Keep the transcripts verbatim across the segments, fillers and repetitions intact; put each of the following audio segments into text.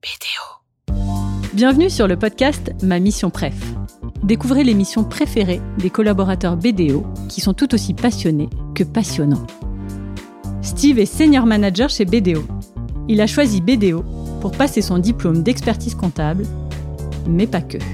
Vidéo. Bienvenue sur le podcast Ma Mission Préf. Découvrez les missions préférées des collaborateurs B D O qui sont tout aussi passionnés que passionnants. Steve est senior manager chez B D O. Il a choisi B D O pour passer son diplôme d'expertise comptable, mais pas que.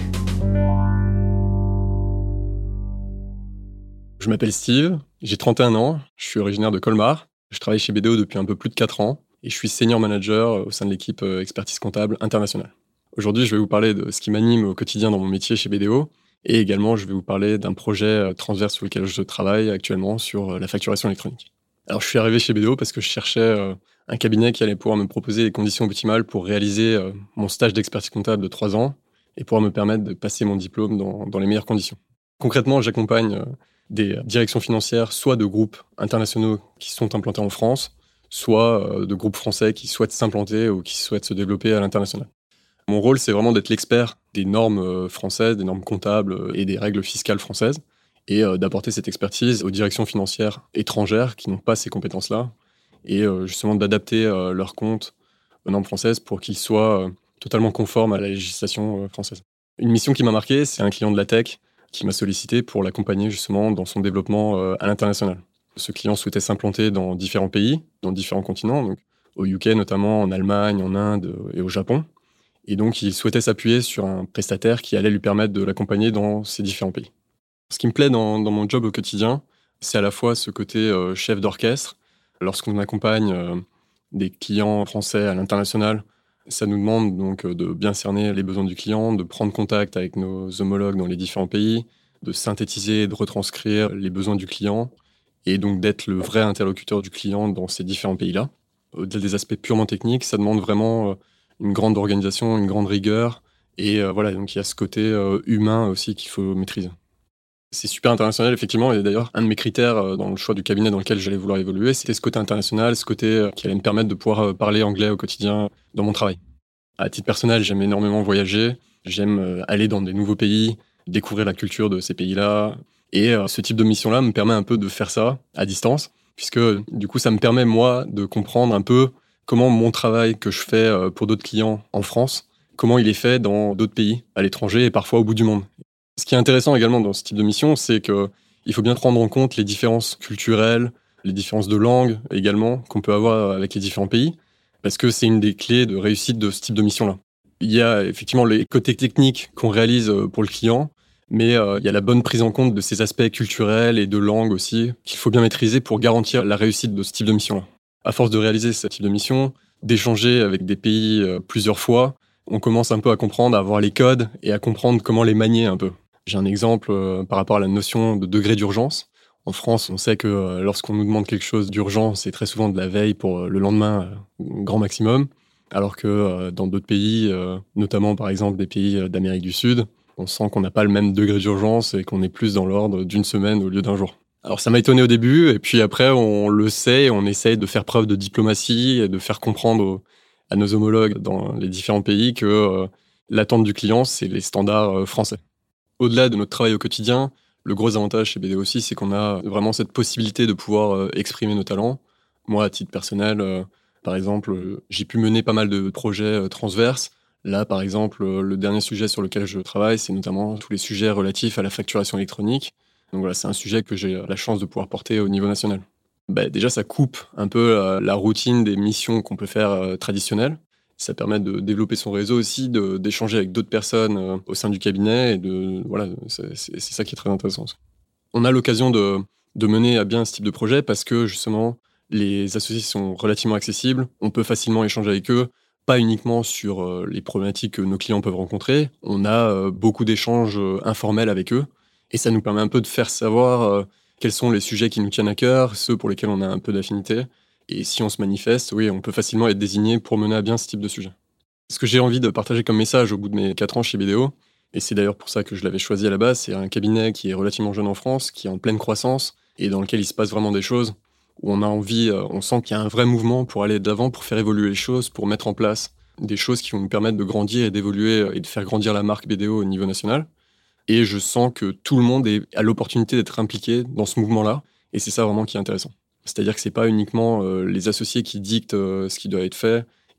Je m'appelle Steve, j'ai trente et un ans, je suis originaire de Colmar. Je travaille chez B D O depuis un peu plus de quatre ans et je suis senior manager au sein de l'équipe expertise comptable internationale. Aujourd'hui, je vais vous parler de ce qui m'anime au quotidien dans mon métier chez B D O et également je vais vous parler d'un projet transverse sur lequel je travaille actuellement sur la facturation électronique. Alors, je suis arrivé chez B D O parce que je cherchais un cabinet qui allait pouvoir me proposer les conditions optimales pour réaliser mon stage d'expertise comptable de trois ans et pouvoir me permettre de passer mon diplôme dans, dans les meilleures conditions. Concrètement, j'accompagne des directions financières, soit de groupes internationaux qui sont implantés en France, soit de groupes français qui souhaitent s'implanter ou qui souhaitent se développer à l'international. Mon rôle, c'est vraiment d'être l'expert des normes françaises, des normes comptables et des règles fiscales françaises, et d'apporter cette expertise aux directions financières étrangères qui n'ont pas ces compétences-là, et justement d'adapter leurs comptes aux normes françaises pour qu'ils soient totalement conformes à la législation française. Une mission qui m'a marqué, c'est un client de la tech qui m'a sollicité pour l'accompagner justement dans son développement à l'international. Ce client souhaitait s'implanter dans différents pays, dans différents continents, donc au U K notamment, en Allemagne, en Inde et au Japon. Et donc, il souhaitait s'appuyer sur un prestataire qui allait lui permettre de l'accompagner dans ces différents pays. Ce qui me plaît dans, dans mon job au quotidien, c'est à la fois ce côté euh, chef d'orchestre. Lorsqu'on accompagne euh, des clients français à l'international, ça nous demande donc de bien cerner les besoins du client, de prendre contact avec nos homologues dans les différents pays, de synthétiser et de retranscrire les besoins du client, et donc d'être le vrai interlocuteur du client dans ces différents pays-là. Au-delà des aspects purement techniques, ça demande vraiment une grande organisation, une grande rigueur, et euh, voilà, donc il y a ce côté euh, humain aussi qu'il faut maîtriser. C'est super international, effectivement, et d'ailleurs, un de mes critères dans le choix du cabinet dans lequel j'allais vouloir évoluer, c'était ce côté international, ce côté qui allait me permettre de pouvoir parler anglais au quotidien dans mon travail. À titre personnel, j'aime énormément voyager, j'aime aller dans des nouveaux pays, découvrir la culture de ces pays-là, et ce type de mission-là me permet un peu de faire ça à distance, puisque du coup, ça me permet, moi, de comprendre un peu comment mon travail que je fais pour d'autres clients en France, comment il est fait dans d'autres pays, à l'étranger et parfois au bout du monde. Ce qui est intéressant également dans ce type de mission, c'est qu'il faut bien prendre en compte les différences culturelles, les différences de langue également qu'on peut avoir avec les différents pays, parce que c'est une des clés de réussite de ce type de mission-là. Il y a effectivement les côtés techniques qu'on réalise pour le client, mais euh, il y a la bonne prise en compte de ces aspects culturels et de langue aussi qu'il faut bien maîtriser pour garantir la réussite de ce type de mission-là. À force de réaliser ce type de mission, d'échanger avec des pays euh, plusieurs fois, on commence un peu à comprendre, à voir les codes et à comprendre comment les manier un peu. J'ai un exemple euh, par rapport à la notion de degré d'urgence. En France, on sait que euh, lorsqu'on nous demande quelque chose d'urgent, c'est très souvent de la veille pour euh, le lendemain, euh, grand maximum. Alors que euh, dans d'autres pays, euh, notamment par exemple des pays d'Amérique du Sud, on sent qu'on n'a pas le même degré d'urgence et qu'on est plus dans l'ordre d'une semaine au lieu d'un jour. Alors ça m'a étonné au début, et puis après on le sait, et on essaye de faire preuve de diplomatie et de faire comprendre aux, à nos homologues dans les différents pays que euh, l'attente du client, c'est les standards euh, français. Au-delà de notre travail au quotidien, le gros avantage chez B D O aussi, c'est qu'on a vraiment cette possibilité de pouvoir euh, exprimer nos talents. Moi, à titre personnel, euh, par exemple, euh, j'ai pu mener pas mal de projets euh, transverses. Là, par exemple, euh, le dernier sujet sur lequel je travaille, c'est notamment tous les sujets relatifs à la facturation électronique. Donc voilà, c'est un sujet que j'ai la chance de pouvoir porter au niveau national. Bah, déjà, ça coupe un peu euh, la routine des missions qu'on peut faire euh, traditionnelles. Ça permet de développer son réseau aussi, de, d'échanger avec d'autres personnes euh, au sein du cabinet. Et de, voilà, c'est, c'est, c'est ça qui est très intéressant. On a l'occasion de, de mener à bien ce type de projet parce que justement, les associés sont relativement accessibles. On peut facilement échanger avec eux, pas uniquement sur euh, les problématiques que nos clients peuvent rencontrer. On a euh, beaucoup d'échanges euh, informels avec eux. Et ça nous permet un peu de faire savoir euh, quels sont les sujets qui nous tiennent à cœur, ceux pour lesquels on a un peu d'affinité. Et si on se manifeste, oui, on peut facilement être désigné pour mener à bien ce type de sujet. Ce que j'ai envie de partager comme message au bout de mes quatre ans chez B D O, et c'est d'ailleurs pour ça que je l'avais choisi à la base, c'est un cabinet qui est relativement jeune en France, qui est en pleine croissance, et dans lequel il se passe vraiment des choses, où on a envie, on sent qu'il y a un vrai mouvement pour aller de l'avant, pour faire évoluer les choses, pour mettre en place des choses qui vont nous permettre de grandir et d'évoluer et de faire grandir la marque B D O au niveau national. Et je sens que tout le monde est, a l'opportunité d'être impliqué dans ce mouvement-là, et c'est ça vraiment qui est intéressant. C'est-à-dire que c'est pas uniquement euh, les associés qui dictent euh, ce qui doit être fait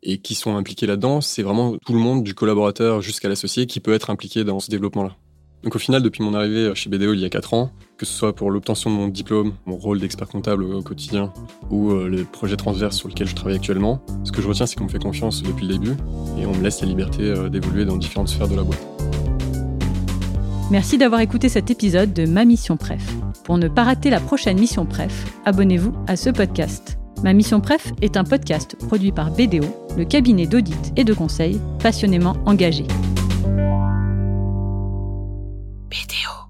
Et qui sont impliqués là-dedans, c'est vraiment tout le monde, du collaborateur jusqu'à l'associé, qui peut être impliqué dans ce développement-là. Donc au final, depuis mon arrivée chez B D O il y a quatre ans, que ce soit pour l'obtention de mon diplôme, mon rôle d'expert comptable au quotidien, ou euh, les projets transverses sur lesquels je travaille actuellement, ce que je retiens, c'est qu'on me fait confiance depuis le début, et on me laisse la liberté euh, d'évoluer dans différentes sphères de la boîte. Merci d'avoir écouté cet épisode de Ma Mission Préf. Pour ne pas rater la prochaine Mission Préf, abonnez-vous à ce podcast. Ma Mission Préf est un podcast produit par B D O, le cabinet d'audit et de conseil passionnément engagé. B D O.